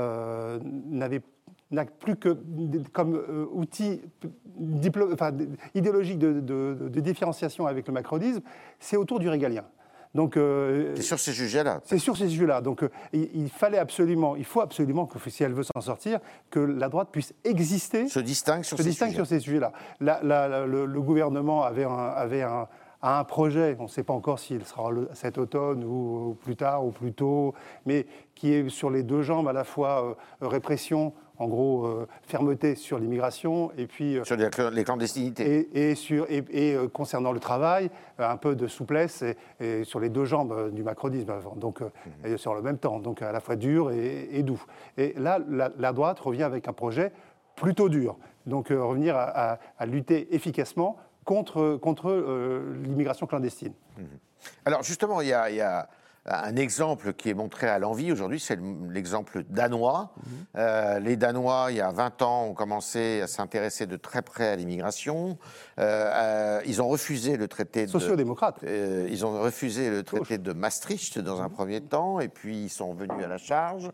S6: n'a plus que comme outil idéologique de différenciation avec le macronisme, c'est autour du régalien. Donc,
S3: c'est sur ces sujets-là.
S6: C'est sur ces sujets-là. Donc il faut absolument que, si elle veut s'en sortir, que la droite puisse exister.
S3: Se distingue sur ces
S6: sujets-là. Le gouvernement avait un projet, on ne sait pas encore s'il sera cet automne ou plus tard ou plus tôt, mais qui est sur les deux jambes, à la fois répression, en gros fermeté sur l'immigration, et puis
S3: sur les clandestinités.
S6: Et concernant le travail, un peu de souplesse et sur les deux jambes du macronisme, donc sur le même temps, donc à la fois dur et doux. Et là, la droite revient avec un projet plutôt dur, donc revenir à lutter efficacement contre l'immigration clandestine.
S3: Alors justement, il y a un exemple qui est montré à l'envi aujourd'hui, c'est l'exemple danois. Les Danois, il y a 20 ans, ont commencé à s'intéresser de très près à l'immigration. Ils ont refusé le traité
S6: sociodémocrate.
S3: Ils ont refusé le traité de Maastricht dans un premier temps, et puis ils sont venus à la charge.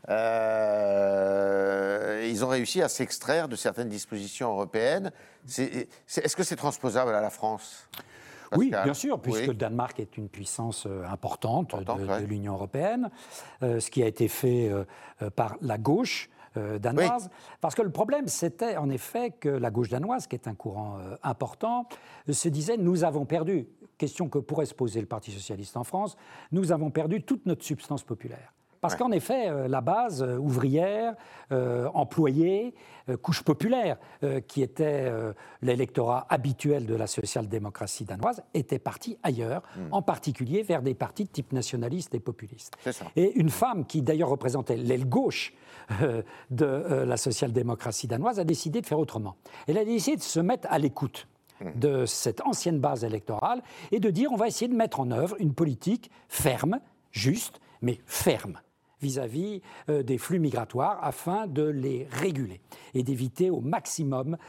S3: Ils ont réussi à s'extraire de certaines dispositions européennes. Est-ce que c'est transposable à la France ?
S4: Pascal. Oui, bien sûr, puisque le Danemark est une puissance importante de l'Union européenne, ce qui a été fait par la gauche danoise. Oui. Parce que le problème, c'était en effet que la gauche danoise, qui est un courant important, se disait « nous avons perdu ». Question que pourrait se poser le Parti socialiste en France, nous avons perdu toute notre substance populaire. Parce qu'en effet, la base ouvrière, employée, couche populaire, qui était l'électorat habituel de la social-démocratie danoise, était partie ailleurs, en particulier vers des partis de type nationaliste et populiste. Et une femme qui d'ailleurs représentait l'aile gauche de la social-démocratie danoise a décidé de faire autrement. Elle a décidé de se mettre à l'écoute de cette ancienne base électorale et de dire on va essayer de mettre en œuvre une politique ferme, juste, mais ferme vis-à-vis des flux migratoires afin de les réguler et d'éviter au maximum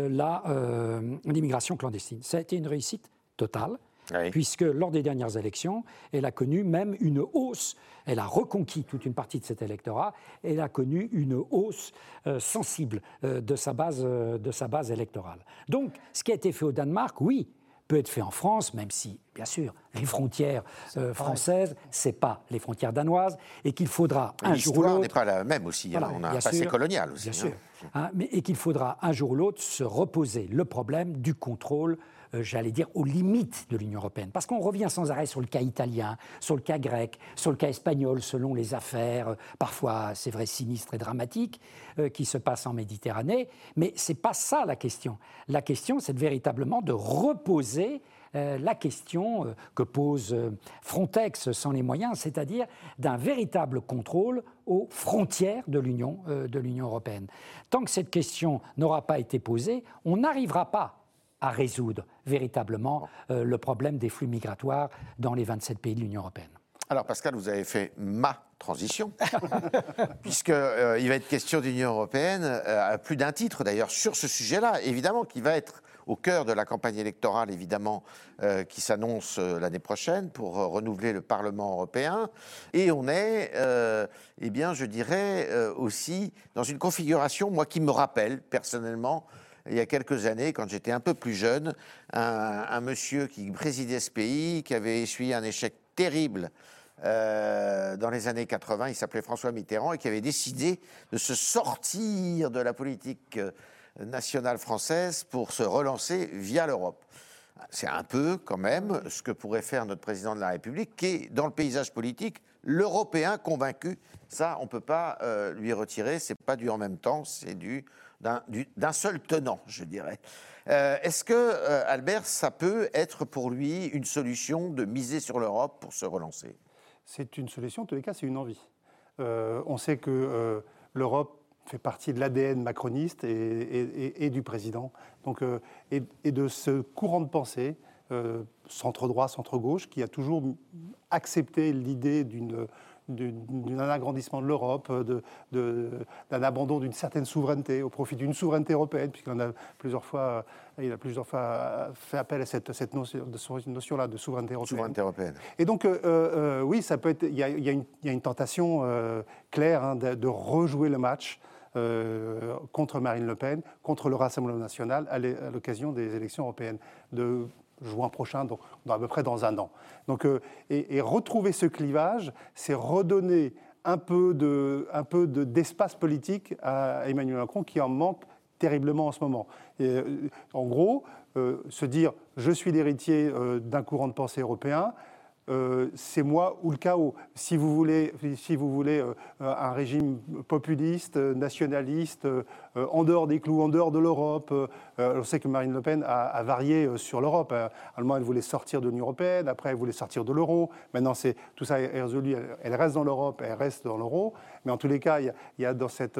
S4: l'immigration clandestine. Ça a été une réussite totale, puisque lors des dernières élections, elle a connu même une hausse, elle a reconquis toute une partie de cet électorat, elle a connu une hausse sensible de sa base électorale. Donc, ce qui a été fait au Danemark, oui, peut être fait en France, même si, bien sûr, les frontières françaises, ce n'est pas les frontières danoises, et qu'il faudra un jour ou l'autre...
S3: L'histoire n'est pas la même aussi, voilà, on a un passé colonial aussi.
S6: Bien
S3: sûr.
S6: Et
S4: qu'il faudra un jour ou l'autre se reposer le problème du contrôle, j'allais dire, aux limites de l'Union européenne. Parce qu'on revient sans arrêt sur le cas italien, sur le cas grec, sur le cas espagnol, selon les affaires, parfois, c'est vrai, sinistres et dramatiques, qui se passent en Méditerranée. Mais ce n'est pas ça la question. La question, c'est véritablement de reposer la question que pose Frontex sans les moyens, c'est-à-dire d'un véritable contrôle aux frontières de l'Union européenne. Tant que cette question n'aura pas été posée, on n'arrivera pas à résoudre véritablement le problème des flux migratoires dans les 27 pays de l'Union européenne.
S3: Alors Pascal, vous avez fait ma transition, puisqu'il va être question d'Union européenne, à plus d'un titre d'ailleurs, sur ce sujet-là, évidemment, qui va être au cœur de la campagne électorale, évidemment, qui s'annonce l'année prochaine pour renouveler le Parlement européen. Et on est, eh bien, je dirais, aussi dans une configuration, moi, qui me rappelle personnellement, il y a quelques années, quand j'étais un peu plus jeune, un monsieur qui présidait ce pays, qui avait essuyé un échec terrible dans les années 80, il s'appelait François Mitterrand, et qui avait décidé de se sortir de la politique nationale française pour se relancer via l'Europe. C'est un peu, quand même, ce que pourrait faire notre président de la République, qui est, dans le paysage politique, l'Européen convaincu. Ça, on ne peut pas lui retirer, c'est pas du en même temps, c'est d'un seul tenant, je dirais. Est-ce que, Albert, ça peut être pour lui une solution de miser sur l'Europe pour se relancer ?
S6: C'est une solution, en tous les cas, c'est une envie. On sait que l'Europe fait partie de l'ADN macroniste et du président. Donc, et de ce courant de pensée, centre-droit, centre-gauche, qui a toujours accepté l'idée d'un agrandissement de l'Europe, d'un abandon d'une certaine souveraineté au profit d'une souveraineté européenne, puisqu'il a plusieurs fois fait appel à cette notion-là de souveraineté européenne. Et donc, oui, ça peut être. Il y a une tentation claire de rejouer le match contre Marine Le Pen, contre le Rassemblement national à l'occasion des élections européennes de juin prochain, donc à peu près dans un an. Donc, et retrouver ce clivage, c'est redonner un peu d'espace politique à Emmanuel Macron qui en manque terriblement en ce moment. Et, en gros, se dire « je suis l'héritier d'un courant de pensée européen », c'est moi ou le chaos. Si vous voulez un régime populiste, nationaliste, en dehors des clous, en dehors de l'Europe, on sait que Marine Le Pen a varié sur l'Europe. Allemand, elle voulait sortir de l'Union européenne, après elle voulait sortir de l'euro. Maintenant, tout ça est résolu. Elle reste dans l'Europe, elle reste dans l'euro. Mais en tous les cas, il y a dans cette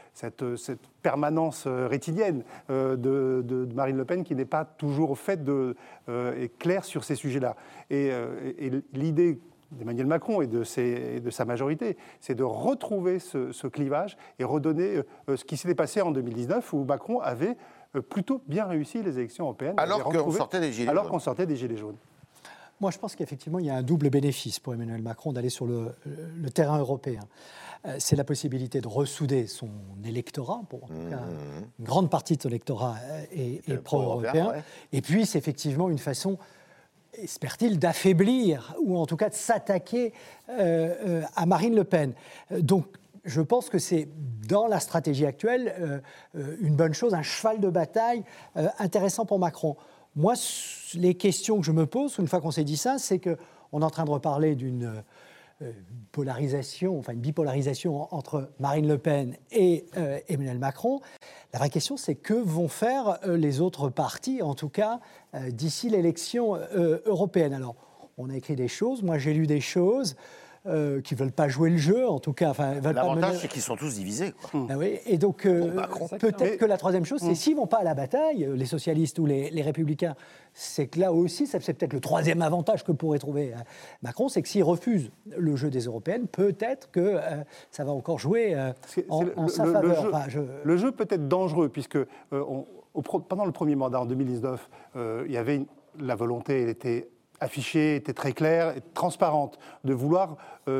S6: permanence rétinienne de Marine Le Pen qui n'est pas toujours au fait et claire sur ces sujets-là. Et l'idée d'Emmanuel Macron et de sa majorité, c'est de retrouver ce clivage et redonner ce qui s'était passé en 2019 où Macron avait plutôt bien réussi les élections européennes.
S3: Alors qu'on sortait des Gilets jaunes.
S1: Moi, je pense qu'effectivement, il y a un double bénéfice pour Emmanuel Macron d'aller sur le terrain européen. C'est la possibilité de ressouder son électorat, en tout cas, une grande partie de son électorat est pro-européen. Ouais. Et puis, c'est effectivement une façon, espère-t-il, d'affaiblir, ou en tout cas de s'attaquer à Marine Le Pen. Donc, je pense que c'est, dans la stratégie actuelle, une bonne chose, un cheval de bataille intéressant pour Macron. Moi, les questions que je me pose, une fois qu'on s'est dit ça, c'est qu'on est en train de reparler d'une polarisation, enfin une bipolarisation entre Marine Le Pen et Emmanuel Macron. La vraie question, c'est que vont faire les autres partis, en tout cas, d'ici l'élection européenne. Alors, on a écrit des choses, moi j'ai lu des choses qui ne veulent pas jouer le jeu, en tout cas.
S3: L'avantage, c'est qu'ils sont tous divisés, quoi.
S1: Ah oui, et donc, peut-être que la troisième chose, c'est s'ils ne vont pas à la bataille, les socialistes ou les républicains, c'est que là aussi, c'est peut-être le troisième avantage que pourrait trouver Macron, c'est que s'il refuse le jeu des européennes, peut-être que ça va encore jouer en sa faveur.
S6: Le jeu peut être dangereux, puisque pendant le premier mandat, en 2019, il y avait la volonté, elle était affichée, était très claire, transparente, de vouloir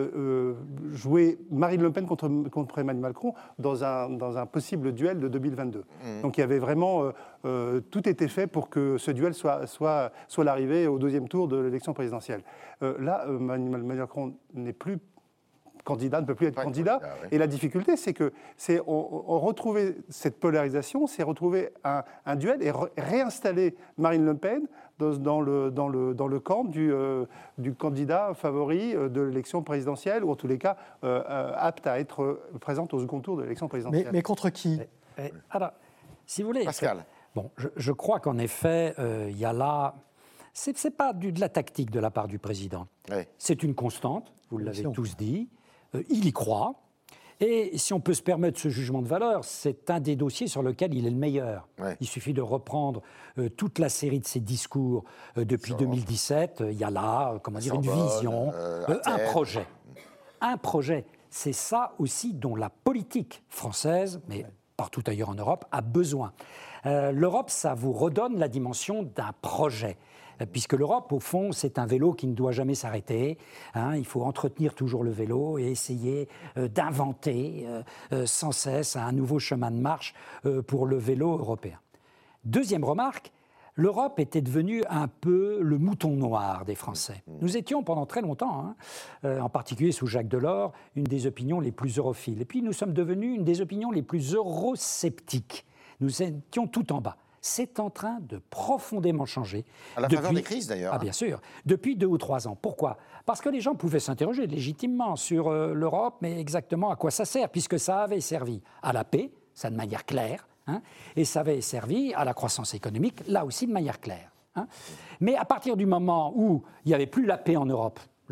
S6: jouer Marine Le Pen contre Emmanuel Macron dans un possible duel de 2022. Donc il y avait vraiment... tout était fait pour que ce duel soit l'arrivée au deuxième tour de l'élection présidentielle. Là, Emmanuel Macron n'est plus candidat, ne peut plus être candidat. Oui. Et la difficulté, c'est que on retrouvait cette polarisation, c'est retrouver un duel et réinstaller Marine Le Pen dans le camp du candidat favori de l'élection présidentielle, ou en tous les cas apte à être présente au second tour de l'élection présidentielle.
S1: Mais contre qui ?
S4: Alors, si vous voulez...
S3: Pascal.
S4: Bon, je crois qu'en effet, il y a là... C'est pas de la tactique de la part du président. Oui. C'est une constante, vous l'avez tous dit. Il y croit. Et si on peut se permettre ce jugement de valeur, c'est un des dossiers sur lequel il est le meilleur. Ouais. Il suffit de reprendre toute la série de ses discours depuis 2017. Il y a là, une vision, un projet. Un projet. C'est ça aussi dont la politique française, mais partout ailleurs en Europe, a besoin. L'Europe, ça vous redonne la dimension d'un projet. Puisque l'Europe, au fond, c'est un vélo qui ne doit jamais s'arrêter. Il faut entretenir toujours le vélo et essayer d'inventer sans cesse un nouveau chemin de marche pour le vélo européen. Deuxième remarque, l'Europe était devenue un peu le mouton noir des Français. Nous étions pendant très longtemps, en particulier sous Jacques Delors, une des opinions les plus europhiles. Et puis nous sommes devenus une des opinions les plus eurosceptiques. Nous étions tout en bas. C'est en train de profondément changer.
S3: À la faveur des crises, d'ailleurs.
S4: Ah, bien sûr. Depuis 2 ou 3 ans. Pourquoi ? Parce que les gens pouvaient s'interroger légitimement sur l'Europe, mais exactement à quoi ça sert, puisque ça avait servi à la paix, ça de manière claire, et ça avait servi à la croissance économique, là aussi de manière claire. Mais à partir du moment où il n'y avait plus la paix en Europe,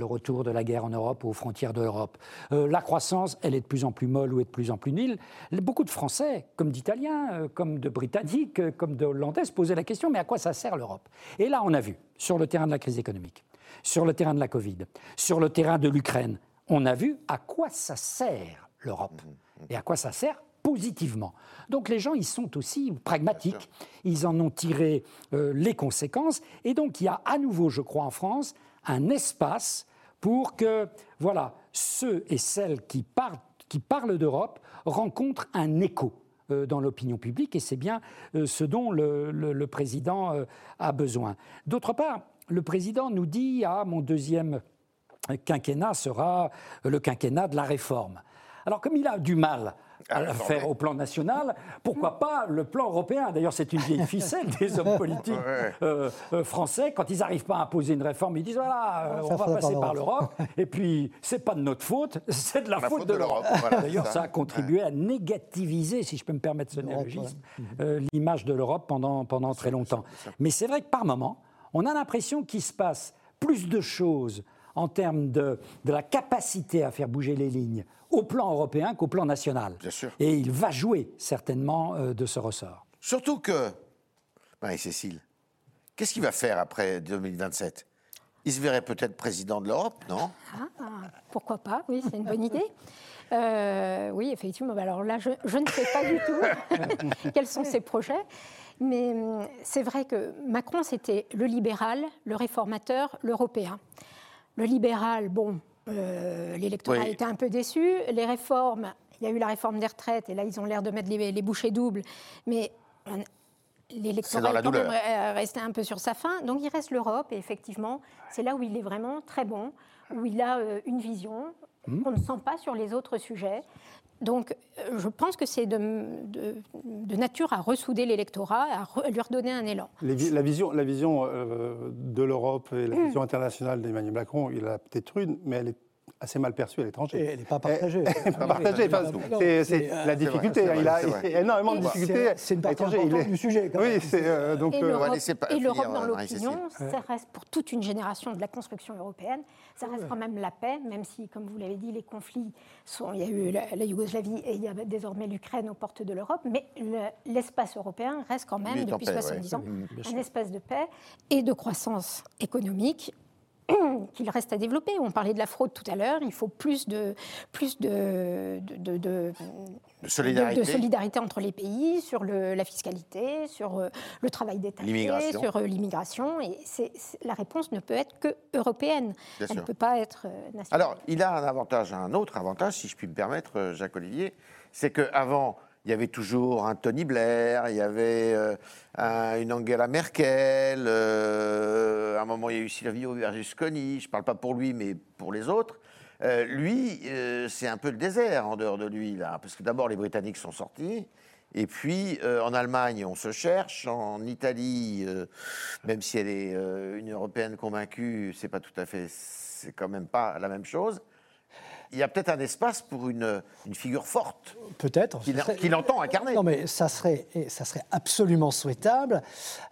S4: le retour de la guerre en Europe ou aux frontières de l'Europe. La croissance, elle est de plus en plus molle ou est de plus en plus nulle. Beaucoup de Français, comme d'Italiens, comme de Britanniques, comme de Hollandais, se posaient la question, mais à quoi ça sert l'Europe? Et là, on a vu, sur le terrain de la crise économique, sur le terrain de la Covid, sur le terrain de l'Ukraine, on a vu à quoi ça sert l'Europe et à quoi ça sert positivement. Donc les gens, ils sont aussi pragmatiques, ils en ont tiré les conséquences, et donc il y a à nouveau, je crois, en France, un espace pour que, voilà, ceux et celles qui parlent d'Europe rencontrent un écho dans l'opinion publique, et c'est bien ce dont le président a besoin. D'autre part, le président nous dit « Ah, mon deuxième quinquennat sera le quinquennat de la réforme ». Alors, comme il a du mal à le faire au plan national, pourquoi pas le plan européen? D'ailleurs, c'est une vieille ficelle des hommes politiques français. Quand ils n'arrivent pas à imposer une réforme, ils disent voilà, on va passer par l'Europe. Et puis, c'est pas de notre faute, c'est de la faute de l'Europe. Voilà, d'ailleurs, ça a contribué à négativiser, si je peux me permettre ce néologisme, l'image de l'Europe pendant très longtemps. Mais c'est vrai que par moment, on a l'impression qu'il se passe plus de choses en termes de la capacité à faire bouger les lignes au plan européen qu'au plan national.
S3: Bien sûr.
S4: Et il va jouer certainement de ce ressort.
S3: Surtout que, Marie-Cécile, qu'est-ce qu'il va faire après 2027 ? Il se verrait peut-être président de l'Europe, non ?
S5: Pourquoi pas, oui, c'est une bonne idée. Oui, effectivement. Alors là, je ne sais pas du tout quels sont ses projets. Mais c'est vrai que Macron, c'était le libéral, le réformateur, l'européen. Le libéral, bon, l'électorat était un peu déçu. Les réformes, il y a eu la réforme des retraites, et là, ils ont l'air de mettre les bouchées doubles. Mais l'électorat est quand même resté un peu sur sa faim. Donc, il reste l'Europe, et effectivement, c'est là où il est vraiment très bon, où il a une vision qu'on ne sent pas sur les autres sujets. Donc, je pense que c'est de nature à ressouder l'électorat, à lui redonner un élan.
S6: La vision de l'Europe et la vision internationale d'Emmanuel Macron, il a peut-être une, mais elle est assez mal perçue à l'étranger.
S1: Et elle n'est pas partagée.
S6: C'est la difficulté. Il a énormément de difficultés.
S1: C'est une partie importante du sujet.
S6: Oui, donc.
S5: Et l'Europe dans l'opinion, ça reste pour toute une génération de la construction européenne, ça reste quand même la paix, même si, comme vous l'avez dit, les conflits il y a eu la Yougoslavie et il y a désormais l'Ukraine aux portes de l'Europe, mais l'espace européen reste quand même, depuis 70 ans, un espace de paix et de croissance économique qu'il reste à développer. On parlait de la fraude tout à l'heure, il faut plus de solidarité entre les pays, sur la fiscalité, sur le travail détaché, sur l'immigration. Et la réponse ne peut être que européenne. Elle ne peut pas être nationale.
S3: Alors, il a un autre avantage, si je puis me permettre, Jacques-Olivier, c'est qu'avant, il y avait toujours un Tony Blair, il y avait une Angela Merkel, à un moment il y a eu Silvio Berlusconi, je ne parle pas pour lui mais pour les autres. Lui, c'est un peu le désert en dehors de lui, là, parce que d'abord les Britanniques sont sortis, et puis en Allemagne on se cherche, en Italie, même si elle est une Européenne convaincue, c'est quand même pas la même chose. Il y a peut-être un espace pour une figure forte.
S1: Peut-être.
S3: Qu'il entend incarner.
S1: Non, mais ça serait absolument souhaitable.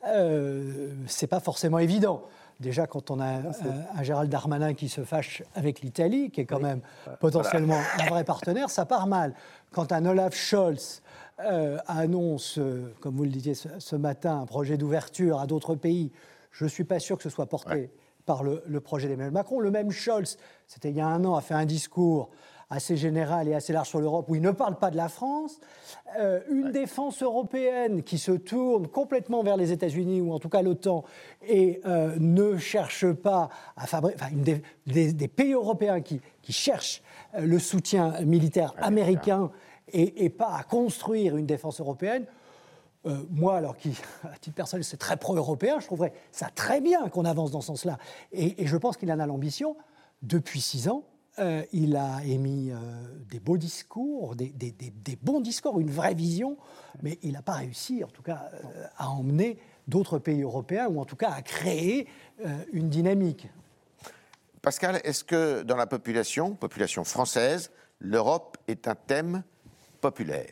S1: C'est pas forcément évident. Déjà, quand on a un Gérald Darmanin qui se fâche avec l'Italie, qui est quand même potentiellement un vrai partenaire, ça part mal. Quand un Olaf Scholz annonce, comme vous le disiez ce matin, un projet d'ouverture à d'autres pays, je ne suis pas sûr que ce soit porté par le projet d'Emmanuel Macron. Le même Scholz, c'était il y a un an, a fait un discours assez général et assez large sur l'Europe où il ne parle pas de la France. Une défense européenne qui se tourne complètement vers les États-Unis ou en tout cas l'OTAN et ne cherche pas à fabriquer... Enfin, des pays européens qui cherchent le soutien militaire américain et pas à construire une défense européenne. Moi, alors qui, à titre personnel, c'est très pro-européen, je trouverais ça très bien qu'on avance dans ce sens-là. Et je pense qu'il en a l'ambition. Depuis 6 ans, il a émis des beaux discours, des bons discours, une vraie vision, mais il n'a pas réussi, en tout cas, à emmener d'autres pays européens, ou en tout cas à créer une dynamique.
S3: Pascal, est-ce que dans la population française, l'Europe est un thème populaire ?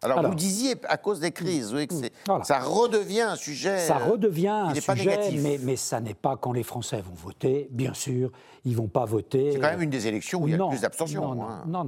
S3: Alors, vous disiez, à cause des crises, oui, que ça redevient un sujet.
S4: Ça redevient un
S3: pas
S4: sujet,
S3: négatif.
S4: mais ça n'est pas quand les Français vont voter, bien sûr, ils ne vont pas voter.
S3: C'est quand même une des élections où il y a plus d'abstention.
S4: Non.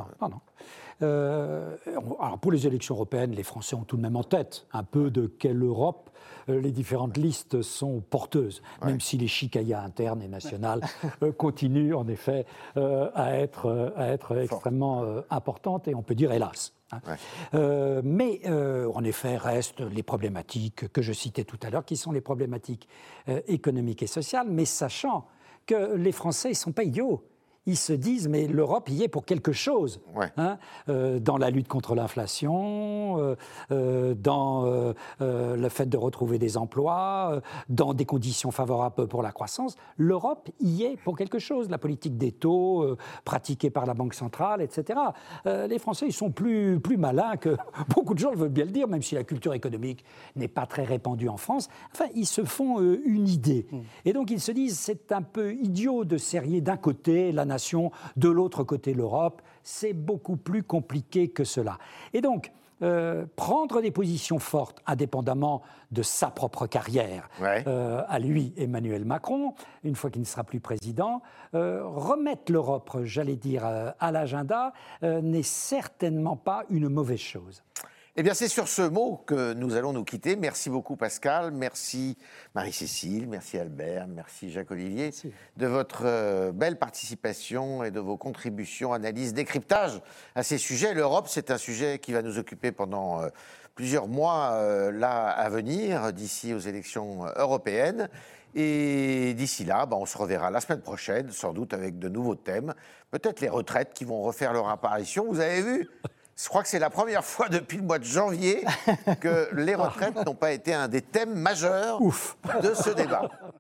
S4: Alors pour les élections européennes, les Français ont tout de même en tête un peu de quelle Europe les différentes listes sont porteuses, même si les chicayas internes et nationales continuent en effet à être extrêmement importantes, et on peut dire hélas. Mais en effet restent les problématiques que je citais tout à l'heure, qui sont les problématiques économiques et sociales, mais sachant que les Français ne sont pas idiots. Ils se disent, mais l'Europe y est pour quelque chose, dans la lutte contre l'inflation, dans le fait de retrouver des emplois, dans des conditions favorables pour la croissance. L'Europe y est pour quelque chose. La politique des taux pratiquée par la Banque centrale, etc. Les Français, ils sont plus malins que beaucoup de gens veulent bien le dire, même si la culture économique n'est pas très répandue en France. Enfin, ils se font une idée. Et donc, ils se disent, c'est un peu idiot de serrer d'un côté la nation, de l'autre côté l'Europe, c'est beaucoup plus compliqué que cela. Et donc, prendre des positions fortes, indépendamment de sa propre carrière, à lui, Emmanuel Macron, une fois qu'il ne sera plus président, remettre l'Europe, j'allais dire, à l'agenda, n'est certainement pas une mauvaise chose.
S3: Eh bien, c'est sur ce mot que nous allons nous quitter. Merci beaucoup, Pascal. Merci, Marie-Cécile. Merci, Albert. Merci, Jacques-Olivier, de votre belle participation et de vos contributions, analyses, décryptages à ces sujets. L'Europe, c'est un sujet qui va nous occuper pendant plusieurs mois là à venir, d'ici aux élections européennes. Et d'ici là, on se reverra la semaine prochaine, sans doute avec de nouveaux thèmes. Peut-être les retraites qui vont refaire leur apparition. Vous avez vu ? Je crois que c'est la première fois depuis le mois de janvier que les retraites n'ont pas été un des thèmes majeurs de ce débat.